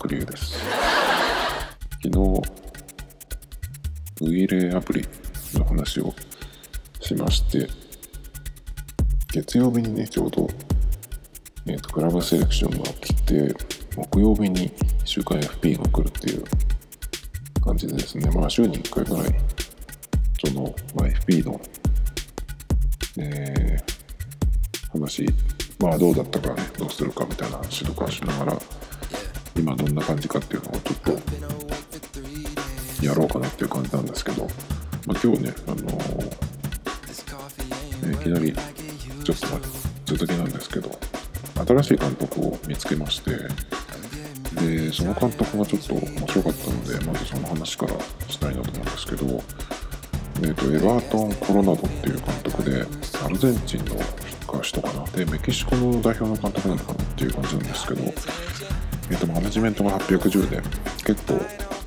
龍です。昨日ウイイレアプリの話をしまして、月曜日にねちょうど、クラブセレクションが来て、木曜日に週間 FP が来るっていう感じでですね、週に1回ぐらいその、FP の、話、どうだったかね、どうするかみたいな話とかしながら、今どんな感じかっていうのをちょっとやろうかなっていう感じなんですけど、今日ね、いきなりちょっと続きなんですけど、新しい監督を見つけまして、でその監督がちょっと面白かったので、まずその話からしたいなと思うんですけど、エバートン・コロナドっていう監督で、アルゼンチンの人かな、でメキシコの代表の監督なのかなっていう感じなんですけど、マネジメントが810で結構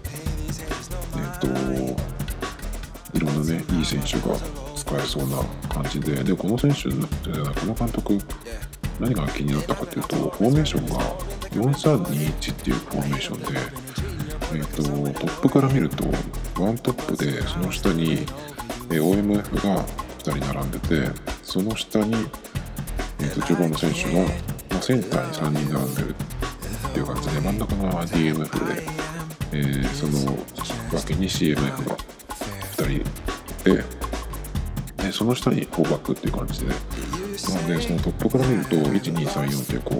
いろんなねいい選手が使えそうな感じで、この選手この監督何が気になったかというと、フォーメーションが4321っていうフォーメーションで、トップから見るとワントップでその下に、OMF が2人並んでて、その下に、中盤の選手が、センターに3人並んでるっていう感じで、真ん中が DMF で、その脇に CMF が2人いて、その下に4バックっていう感じで、なのでそのトップから見ると1234ってこう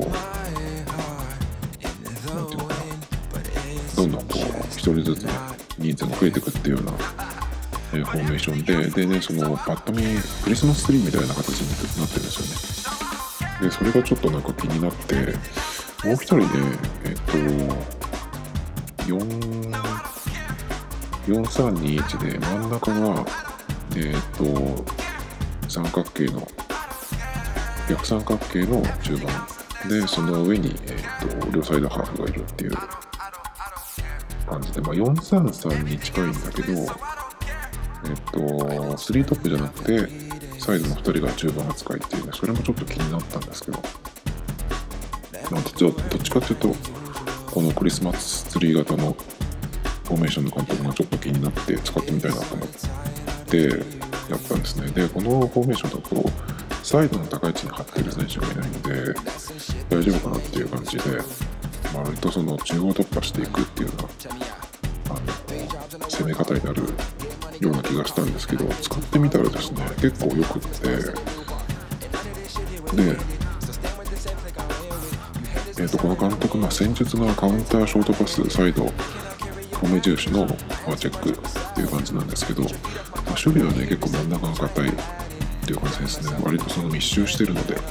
なんていうのかな、どんどんこう一人ずつね人数が増えていくっていうようなフォーメーションでね、そのパッと見クリスマスツリーみたいな形になってるんですよね。でそれがちょっとなんか気になって、もう一人で4321で真ん中が三角形の逆三角形の中盤で、その上に、両サイドハーフがいるっていう感じで、433に近いんだけど、3トップじゃなくてサイドの2人が中盤扱いっていうね、それもちょっと気になったんですけど、どっちかっていうとこのクリスマスツリー型のフォーメーションの監督がちょっと気になって使ってみたいなと思ってやったんですね。でこのフォーメーションだとサイドの高い位置に張っている選手がいないので大丈夫かなっていう感じで、割とその中央突破していくっていうような攻め方になるような気がしたんですけど、使ってみたらですね結構よくって、でこの監督が戦術がカウンター、ショートパス、サイド米重視のチェックっていう感じなんですけど、守備はね結構真ん中が硬いっていう感じですね。割とその密集してるので、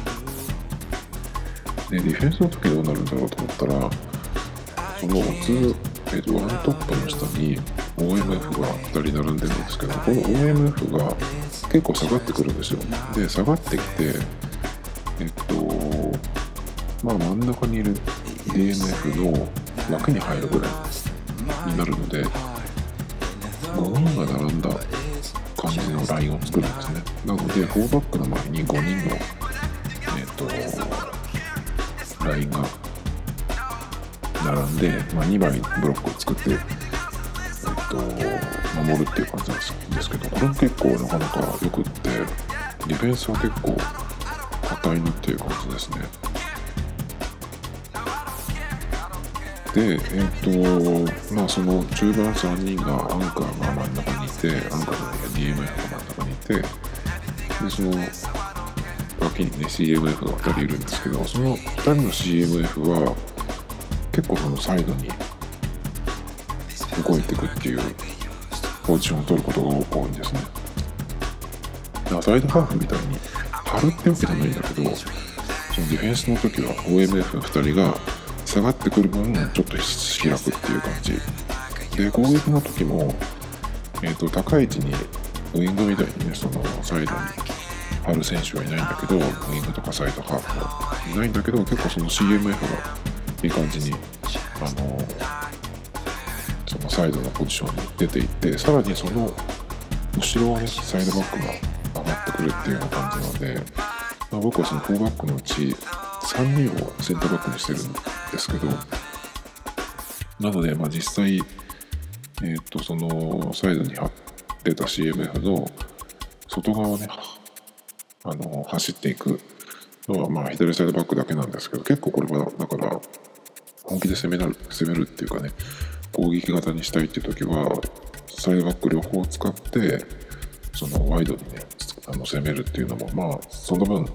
ディフェンスの時どうなるんだろうと思ったら、そのワントップの下に OMF が2人並んでるんですけど、この OMF が結構下がってくるんですよ。で下がってきて真ん中にいる DMF の枠に入るぐらいになるので、5人が並んだ感じのラインを作るんですね。なので4バックの前に5人の、ラインが並んで、2枚ブロックを作って、守るっていう感じなんですけど、これも結構なかなかよくって、ディフェンスは結構硬いなっていう感じですね。で、その中盤3人がアンカーが真ん中にいて、アンカーの DMF が真ん中にいて、でその脇にね CMF が2人いるんですけど、その2人の CMF は結構そのサイドに動いていくっていうポジションを取ることが多いんですね。だからサイドハーフみたいに張るってわけじゃないんだけど、そのディフェンスの時は OMF2 人が下がってくる分ちょっと開くっていう感じで、攻撃の時も、高い位置にウイングみたいにね、そのサイドに張る選手はいないんだけど、ウイングとかサイドハーフはいないんだけど、結構その CMF がいい感じにそのサイドのポジションに出ていって、さらにその後ろはねサイドバックが上がってくるっていうような感じなので、僕はその4バックのうち3人をセンターバックにしてるんですけど、 なので、実際、そのサイドに貼ってた CMF の外側をね、走っていくのは左サイドバックだけなんですけど、結構これはだから本気で攻めるっていうかね、攻撃型にしたいっていう時はサイドバック両方使ってそのワイドにね攻めるっていうのもその分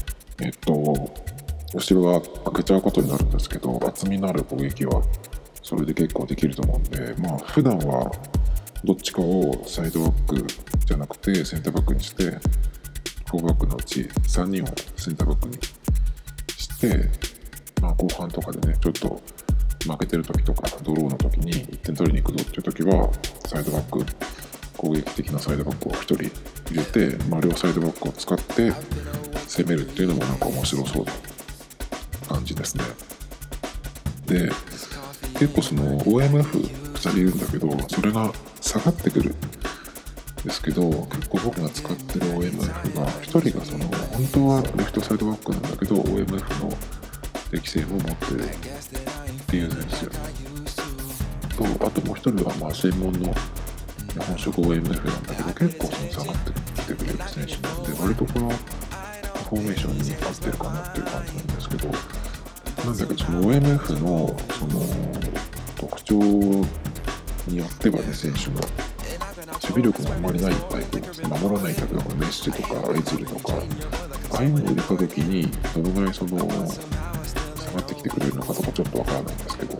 後ろが開けちゃうことになるんですけど、厚みのある攻撃はそれで結構できると思うんで、普段はどっちかをサイドバックじゃなくてセンターバックにして、フォーバックのうち3人をセンターバックにして、後半とかでねちょっと負けてる時とかドローの時に1点取りに行くぞっていう時はサイドバック、攻撃的なサイドバックを1人入れて、両サイドバックを使って攻めるっていうのもなんか面白そうな感じですね。で結構その OMF2 人いるんだけど、それが下がってくるんですけど、結構僕が使ってる OMF が1人がその本当はレフトサイドバックなんだけど OMF の適性も持ってるっていう選手と、あともう1人は専門の本職 OMF なんだけど、結構その下がってきてくれる選手なので、割とこのフォーメーションに合ってるかなっていう感じなんですけど、なんだけどその OMF のその特徴によってはね、選手の守備力があんまりないタイプ、守らないタイプだからメッシとかエズルとか、ああいうのを入れた時にどのぐらいその下がってきてくれるのかとかちょっとわからないんですけど、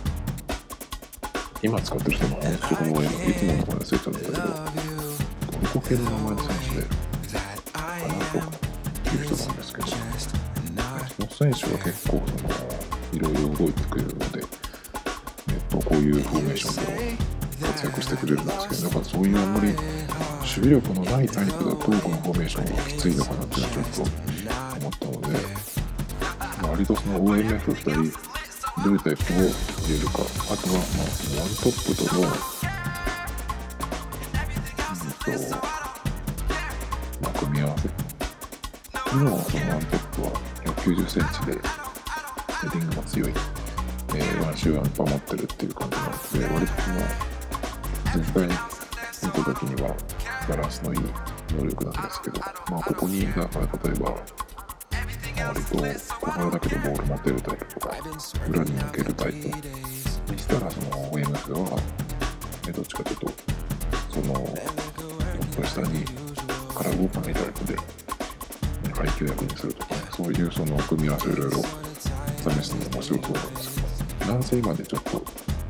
今使ってる人の本職の OMF いつもの名前忘れちゃうんだけど、トルコ系の名前の選手でアナトっていう人なんですけど、その選手は結構いろいろ動いてくれるので、こういうフォーメーションで活躍してくれるんですけど、だからそういうあんまり守備力のないタイプだとこのフォーメーションがきついのかなっていうのはちょっと思ったので、割とその OMF2 人どういうタイプを入れるか、あとはワントップとの組み合わせ。今はそのワントップは190センチでヘディングが強い、ワンシューアンパー持ってるっていう感じなので、割とその全体に見た時にはバランスのいい能力なんですけど、ここにだから例えば割と小柄だけどボール持てるタイプとか裏に抜けるタイプにしたら、その OMF はどっちかというとそのトップ下にから動かないタイプで配球役にするとか、そういうその組み合わせをいろいろ試しても面白そうなんですけど、なんせ今でちょっと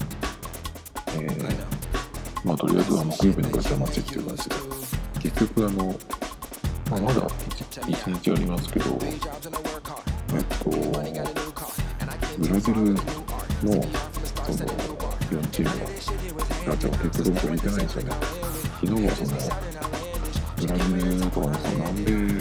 とりあえずは木曜日のガチャ待ちっていう感じで、結局まだ1日ありますけど、ブラジルのその4チームのガチャは結局僕は見てないんですよね。昨日はそのブラジルとかのその南米、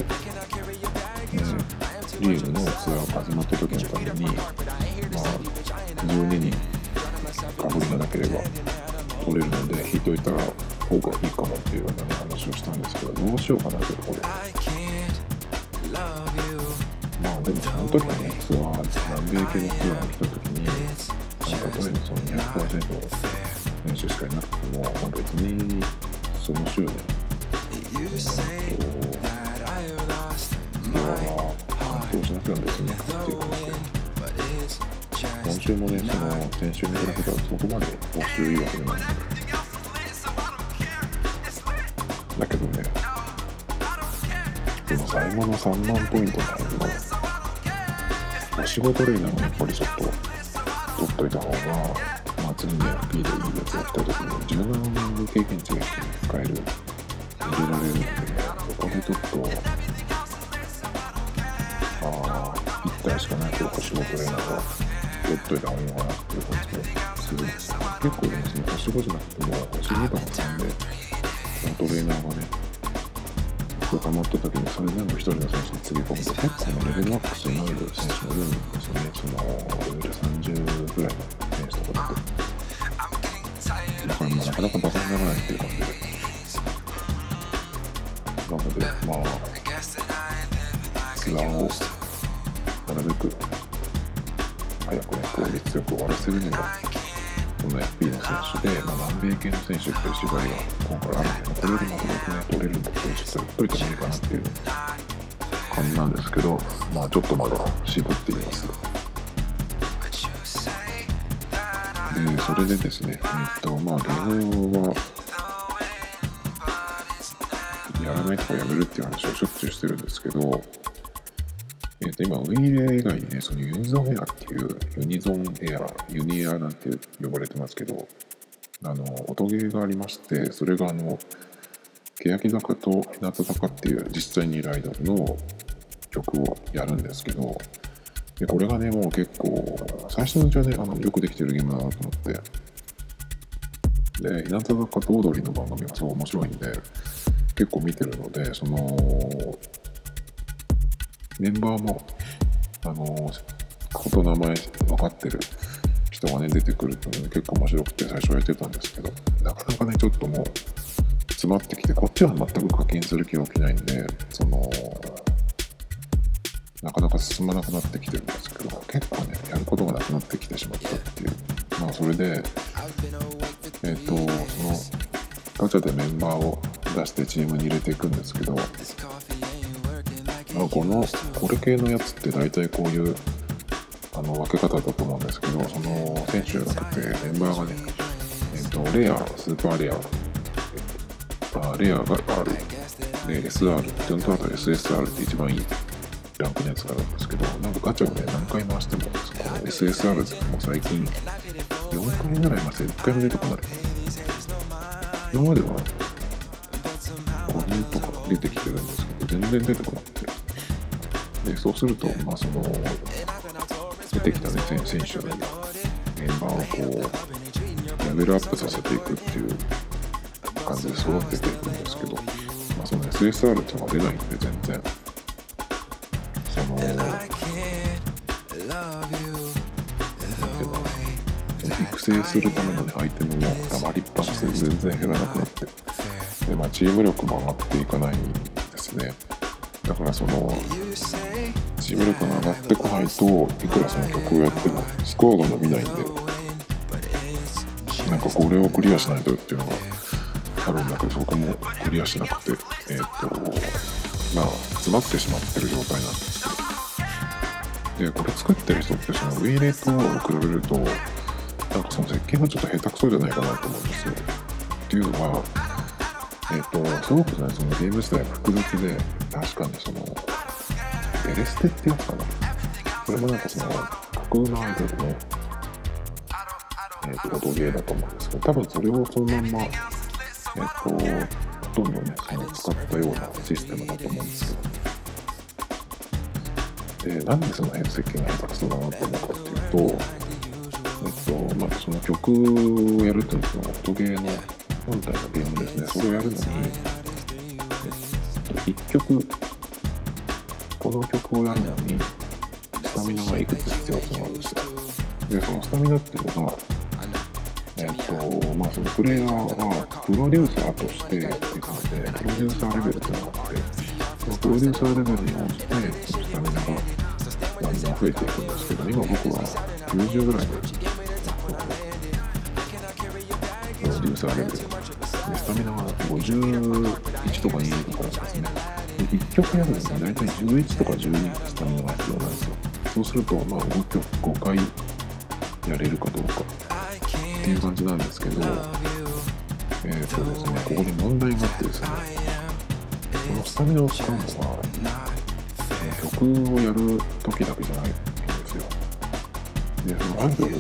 リーグのツアーが始まった時のために、12人かぶりがなければ取れるので引いといたら方がいいかもっていうような話をしたんですけど、どうしようかなというところ。でもその時のね、ツアー、南米系のツアーに来た時に、例えばその 200% 選手しかいなくても、別にその週に完走しなくても別にっていう感じで、今週もね、その先週に比べたらそこまで報酬いいわけじゃないんで、だけどね、でも最後の3万ポイントのはずのお仕事レーナーもやっぱりちょっと取っといた方が、次に FP でいいやつやった時に17万経験値が使える、入れられるんで、そこでちょっと1体しかないとお仕事レーナーが取っといた方がいいのかなっていう感じがするんですけど、結構でもその星5じゃなくても星2とか3でトレーナーがね固まった時にそれ全部一人の選手につぎ込むと結構レベルマックスになる選手もいるんですよね。そのレベル30ぐらいの選手とかだと、だからなかなかバカにならないっていう感じで、なのでツアーをなるべく早くね効率よく終わらせるのがその FP の選手で、南米系の選手っていう縛りが今回あるんで、これでまた6年取れるんだったら実際取っといた方がいいかなっていう感じなんですけど、ちょっとまだ渋っています。で、それでですね、ゲームはやらないとかやめるっていう話をしょっちゅうしてるんですけど、今、ウイイレ以外にね、そのユニゾンエアっていう、ユニエアなんて呼ばれてますけど、音ゲーがありまして、それが欅坂と日向坂っていう実際にいるアイドルの曲をやるんですけど、でこれがね、もう結構、最初のうちはね、よくできてるゲームだなと思って、で、日向坂とオードリーの番組がすごい面白いんで、結構見てるので、その、メンバーも、こと名前分かってる人がね、出てくるとね、結構面白くて最初やってたんですけど、なかなかね、ちょっともう、詰まってきて、こっちは全く課金する気が起きないんで、なかなか進まなくなってきてるんですけど、結構ね、やることがなくなってきてしまったっていう。それで、その、ガチャでメンバーを出してチームに入れていくんですけど、これ系のやつって大体こういう分け方だと思うんですけど、その選手じゃなくてメンバーがね、レア、スーパーレア、レアが R で SR っていうのと、あと SSR って一番いいランクのやつがあるんですけど、なんかガチャをね、何回回しても、この SSR ってもう最近4回ぐらい回して1回も出てこない。今までは5人とか出てきてるんですけど、全然出てこなくて。で、そうすると、出てきたね、選手のメンバーをこう、レベルアップさせていくっていう感じで育てていくんですけど、その SSR っていうのが出ないんで、全然。育成するための、ね、アイテムも溜まりっぱなしで全然減らなくなって、で、チーム力も上がっていかないんですね。だからチーム力が上がってこないと、いくらその曲をやってもスコアが伸びないんで、なんかこれをクリアしないとっていうのがあるんだけど、そこもクリアしなくて、詰まってしまってる状態なんですけど、で、これ作ってる人ってそのウィーレートを比べると、なんかその設計がちょっと下手くそじゃないかなと思うんですよ。っていうのは、すごくね、そのゲーム自体複雑で、確かにその、デレステってやつかな。これもなんかその、架空のアイドルの、音ゲーだと思うんですけど、多分それをそのまんま、ほとんどね、使ったようなシステムだと思うんですけど。で、なんでその辺設計が下手くそだなと思うかっていうと、その曲をやるっていうのは音ゲーの本体のゲームですね。それをやるのに、1曲、この曲をやるのに、スタミナがいくつ必要となるんですよ。で、そのスタミナっていうのが、そのプレイヤーがプロデューサーとしてっていう感じで、プロデューサーレベルっていうのがあって、そのプロデューサーレベルに応じて、そのスタミナがだんだん増えていくんですけど、今僕は90ぐらいで、プロデューサーレベルで、スタミナが51とか2とかですね。1曲やるのに大体11とか12スタミナが必要なんですよ。そうすると、5回やれるかどうかっていう感じなんですけど、ですね、ここで問題があってですね、このスタミナを使うのは、曲をやる時だけじゃないんですよ。で、そのアイドルは、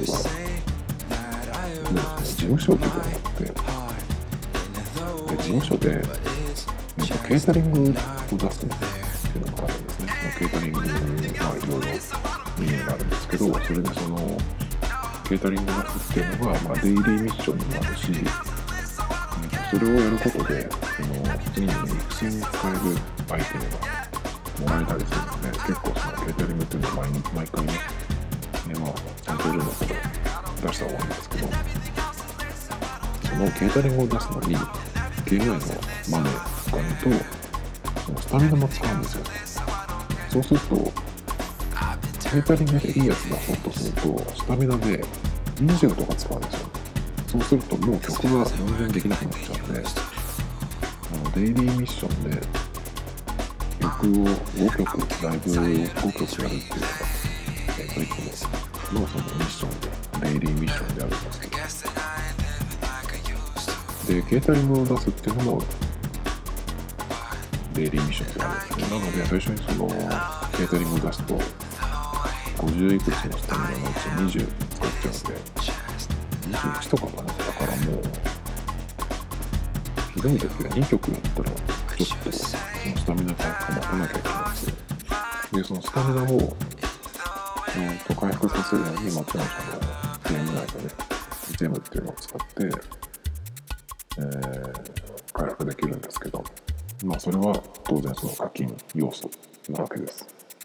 事務所っていうことがあって、で、事務所で、ケータリングを出すっていうのがあるんですね。ケータリングはいろいろメニューがあるんですけど、それでその、ケータリングを出すっていうのが、デイリーミッションになるし、それをやることで、次に育成に使えるアイテムがもらえたりするので、結構そのケータリングっていうのは毎回ね、ちゃんといるのほど出した方がいいんですけど、そのケータリングを出すのに、KI のマネー使うと、そのスタミナも使うんですよ。そうすると、ケータリングでいいやつ出そうとすると、スタミナで20とか使うんですよ。 そうするともう曲が全然できなくなっちゃうんで、デイリーミッションで曲を5曲、ライブを5曲やるっていうのが、いつものそのミッションで、デイリーミッションであるんですけど、で、ケータリングを出すっていうのも、デイリーミッションであるんですね。なので、最初にその、ケータリングを出すと、50いくつのスタミナのうち20使っちゃうんで、21とかかな。だからもう、ひどい時は2曲やったら、ちょっとそのスタミナ回復待たなきゃいけないんですよ。で、そのスタミナを、回復させるように、もちろんその、ゲーム内のね、ジェムっていうのを使って、回復できるんですけど、まあそれは当然その課金要素なわけです。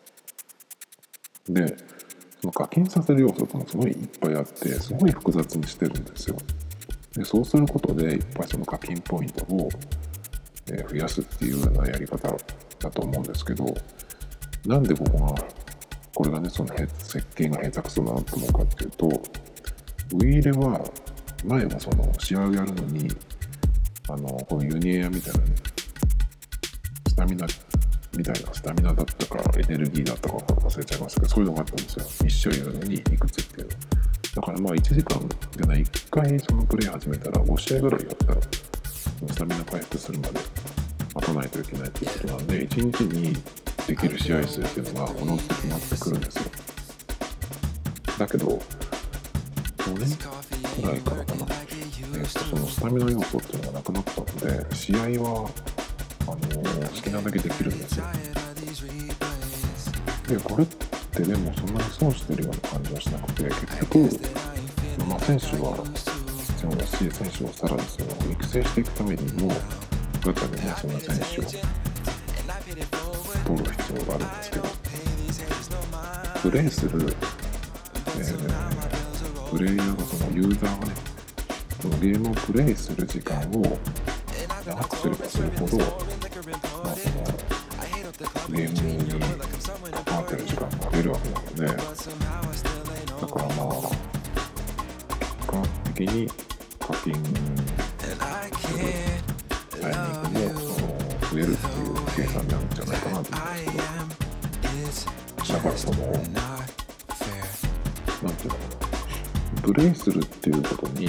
で、その課金させる要素ってのもすごいいっぱいあって、すごい複雑にしてるんですよ。で、そうすることでいっぱいその課金ポイントを増やすっていうようなやり方だと思うんですけど、なんでこれがね、その設計が下手くそだなと思うかっていうと、ウィーレは前はその試合をやるのにこのユニエアみたいなね、スタミナだったかエネルギーだったか忘れちゃいましたけど、そういうのがあったんですよ。1試合やるのにいくつっていうの。だからまあ1時間じゃない、1回そのプレイ始めたら5試合ぐらいやったらスタミナ回復するまで待たないといけないっていうことなんで、1日にできる試合数っていうのがおのずと決まってくるんですよ。だけど5年くらいからかな、そのスタミナ要素っていうのがなくなったので、試合は好きなだけできるんですよ。で、これってでもそんなに損してるような感じはしなくて、結局、選手は必要だし、選手をさらにその育成していくためにも、ガチャでね、そんな選手を取る必要があるんですけど、プレイする、プレイヤーがそのユーザーがね、そのゲームをプレイする時間を長くすればするほど、そのゲームに関わってる時間が増えるわけなので、だから結果的に課金するタイミングも増えるっていう計算になるんじゃないかなと思うんですけど、だからなんていうのかな、プレイするっていうことに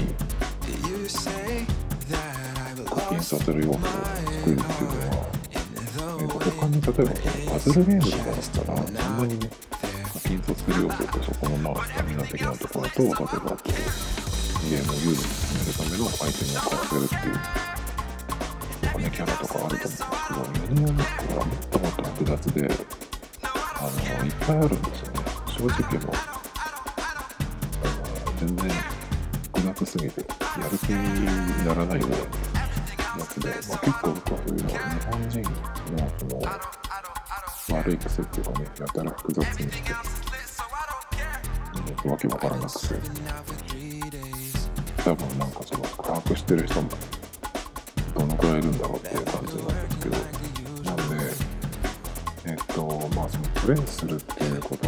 課金させる要素を作るっていうのは、他に例えばそのパズルゲームとかだったらそんなにね課金させる要素ってそこのスタミナ的なところと、例えばゲームを有利に進めるためのアイテムを買わせるっていうとかね、キャラとかあると思うんですけど、ユニアネットはもっともっと複雑でいっぱいあるんですよね。正直全然複雑すぎてやる気にならないようなやつで、結構僕はそういうのは日本人のその悪い癖っていうかね、やたら複雑にしてわけわからなくて、多分なんかその把握してる人もどのくらいいるんだろうっていう感じなんですけど、なんでそのプレイするっていうこと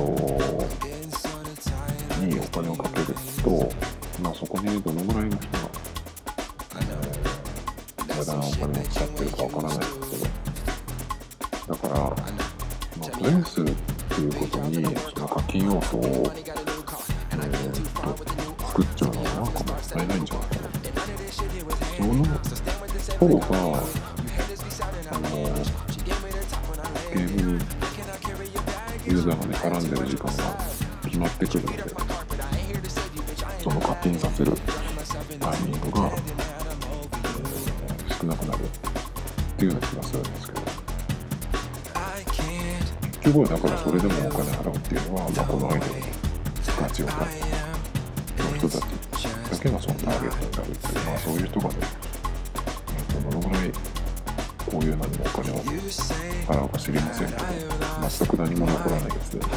にお金をかけると、そこにどのぐらいの人が無駄なお金を使ってるかわからないんですけど、だからプレイするっていうことにその課金要素を作っちゃうのはなんかもったいないんじゃないかな。その方がゲームにユーザーがね絡んでる時間が決まってくるので、その課金させるタイミングが、少なくなるっていうような気がするんですけど、結局はだからそれでもお金払うっていうのは、このアイテムのガチオタの人たちだけがそのターゲットになるっていう、そういう人がね、どのぐらいこういうのにもお金を払うか知りませんけど、全く何も残らないやつで、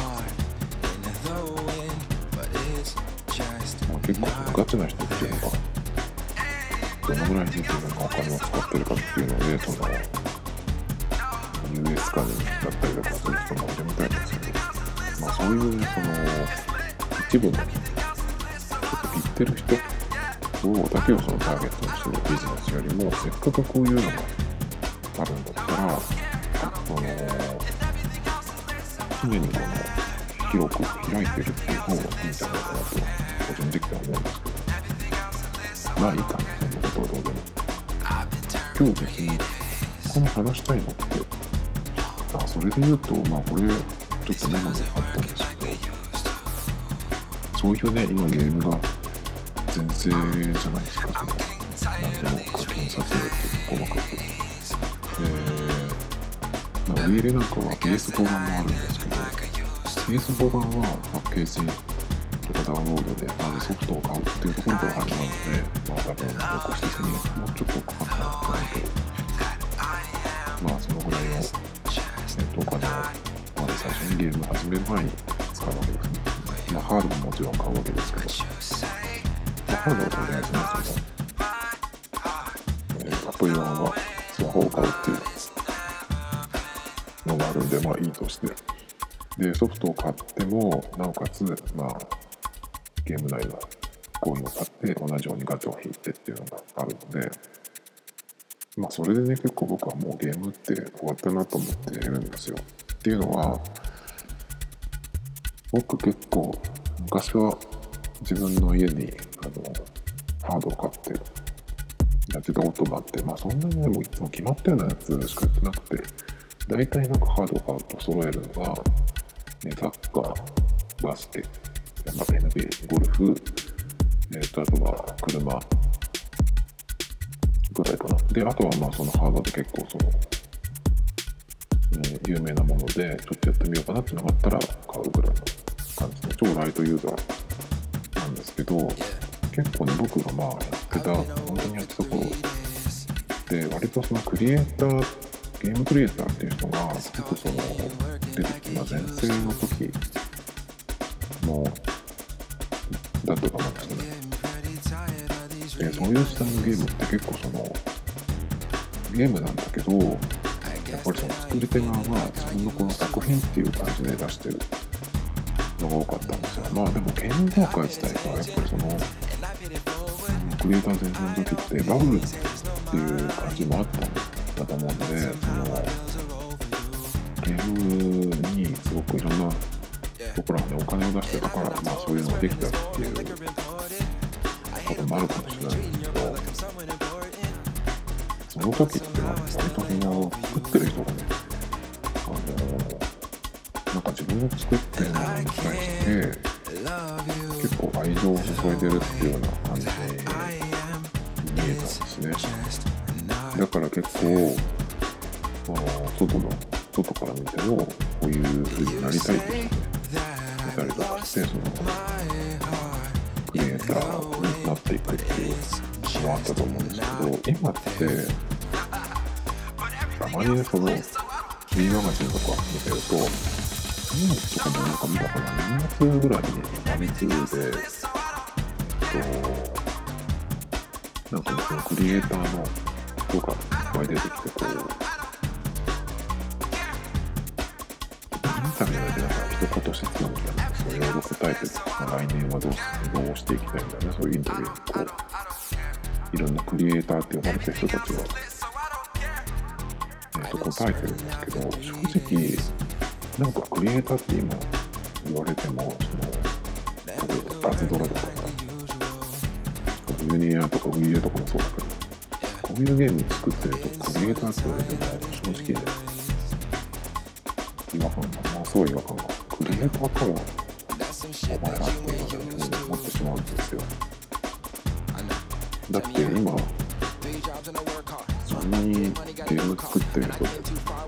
結構ガチな人っていうのがどのぐらい自分がお金を使ってるかっていうので、その US 化にだったりとかする人もいるみたいですけど、そういうその一部のちょっと言ってる人トだけをそのターゲットにするビジネスよりも、せっかくこういうのがあるんだったら、常にこの広く開いてるっていう方がいいんじゃないかなと個人的には思うんですけど、まあいいかな、そんなことはどうでも。今日別にこの話したいのって、それで言うと、まあこれちょっとメモにあったんですけど、そういうね、今ゲームが全盛じゃないですか。何でも課金させるって細かく。ウィーレなんかは PS4 版もあるんですけど、PS4 版はパッケージとかダウンロードでソフトを買うっていうところから始まるので、多分残し的にもうちょっとかかったのかなと。そのぐらいの、お金を最初にゲームを始める前に使うわけですね。ハードももちろん買うわけですけど、ハードは当然ですね、アプリ版はスマホを買うっていうのがあるんで、いいとして。で、ソフトを買っても、なおかつ、ゲーム内のコインを買って同じようにガチャを引いてっていうのがあるので、それでね、結構僕はもうゲームって終わったなと思っているんですよ。っていうのは、僕結構昔は自分の家にハードを買ってやってたことがあって、そんなにね、もういつも決まったようなやつしかやってなくて、大体なんかハードを買うと揃えるのが、サッカー、バスケ、NBA、ゴルフ、あとは車ぐらいかな。で、あとはそのハードで結構有名なものでちょっとやってみようかなっていうのがあったら買うぐらいの感じで、超ライトユーザーなんですけど、結構ね、僕が本当にやってた頃で、割とそのクリエイター、ゲームクリエイターっていう人が結構出てきた前世の時のだったと思うんですよね。で、そういう時代のゲームって結構ゲームなんだけど、やっぱり作り手側が自分のこの作品っていう感じで出してるのが多かったんですよ。でもゲーム業界自体がやっぱりクリエイター全盛の時ってバブルっていう感じもあったんだと思うので、ゲームにすごくいろんなところにお金を出してたから、そういうのができたっていうこともあるかもしれないんですけど、その時って割と作ってる人がね、なんか自分の作ってるものに対して結構愛情を注いでるっていうような感じに見えたんですね。だから結構外から見てもこういう風になりたいとかね、見たりとかして、クリエイターになっていくっていうのもあったと思うんですけど、今ってたまにね、フリーマガジンとか見てると、3月とかもなんか見たかな、2月ぐらいにファミ通でなんかね、そのクリエイターの人がいっぱい出てきて、インタビューでなんか一言質問みたいな、それを答えて、来年はどうしていきたいんだよね、そういうインタビューにいろんなクリエイターって呼ばれた人たちが答えてるんですけど、正直なんかクリエイターって今言われても、バズドラとかユニアとかウィーレとかもそうだけど、こういうゲーム作ってるとクリエイターって言われても正直ね、違和感が、すごい違和感が、クリエイターかもお前らっていう風に思ってしまうんですよ。だって今そんなにゲーム作ってる人で、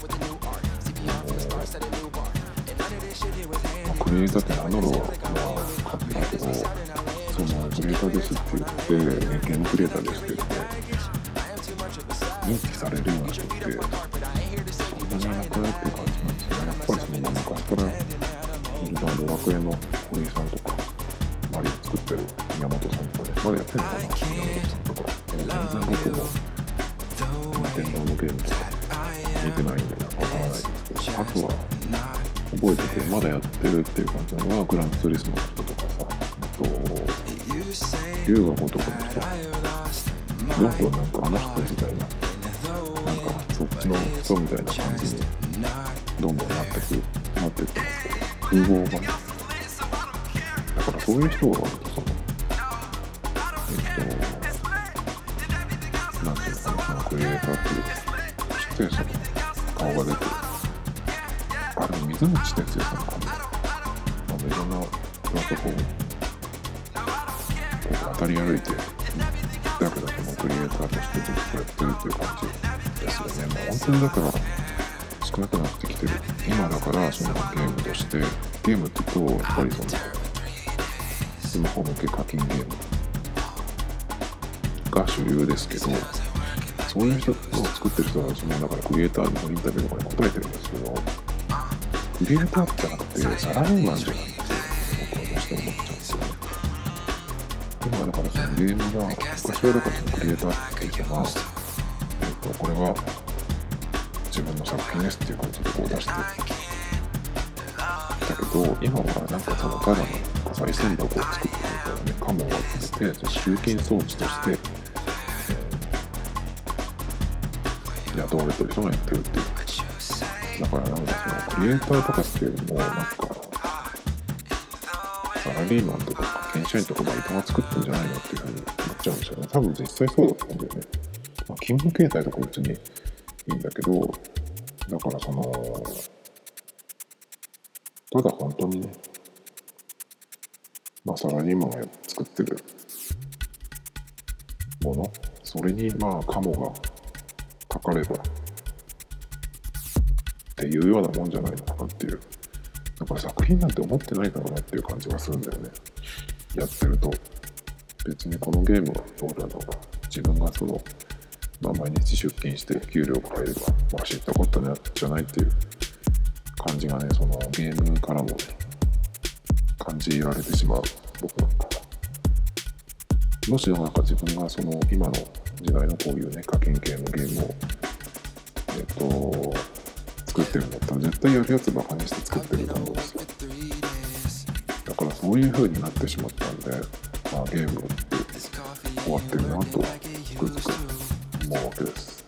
クリエイターって名乗るは勝手だけど、クリエイターですって言って、ゲームクリエイターですって言って認知されるような人ってそんなにいなくないっていう感じなんですよね。やっぱり昔からいるドラクエの堀井さんとか、マリオ作ってる宮本さんとかで、まだやってるのかな、宮本さんとか。全然僕も任天堂のゲームとか見てないんでわからないですけど、あとは覚えててまだやってるっていう感じなのはグランツーリスモの人とかさ、あと龍が如くの人、どんどんなんかあの人みたいな、なんかそっちの人みたいな感じにどんどんなってってますけど、風貌がね、だからそういう人が割とそのなんていうのかな、そのクリエイターっていうか、そしてその顔が出てる、あれも水口哲也さんかも、いろんなプラットフォーム渡り歩いて、だけどそのクリエイターとしてずっとやってるっていう感じですよね。もう本当にだから少なくなってきてる。今だからそのゲームとして、ゲームって言うとやっぱりそのスマホ向け課金ゲームが主流ですけど、そういう人を作ってる人はそのだからクリエイターのインタビューとかに答えてるんですけど、クリエイターってなくてサラリーマンじゃないって僕はどうしても思っちゃうんですよね。今だからそのゲームが、昔はだからそのクリエイターっていう人が、これは自分の作品ですっていう感じでこう出してだけど、今はなんかそのただの火災船舶を作ってみたいなね、カモを集めて集金装置として雇われてる人がやってるっていう。だからなんかそのクリエイターとかっていうのもなんかサラリーマンとか派遣社員とかバイトが作ってんじゃないのっていうふうに思っちゃうんですよね。多分実際そうだと思うんだよね。まあ、勤務形態とか別にいいんだけど、だからそのただ本当にね、まあサラリーマンが作ってるもの、それにまあカモがかかればっていうようなもんじゃないのかなっていう。だから作品なんて思ってないだろうなっていう感じがするんだよね。やってると別にこのゲームはどうだろうが、自分がその、まあ、毎日出勤して給料が入れば、まあ、知ったことじゃないっていう感じがね、そのゲームからもね感じられてしまう僕なんかは。もしなんか自分がその今の時代のこういうね課金系のゲームを作ってるんだったら絶対やるやつバカにして作ってると思うんですよ。だからそういう風になってしまったんで、まあ、ゲームって終わってるなとつくづく思うわけです。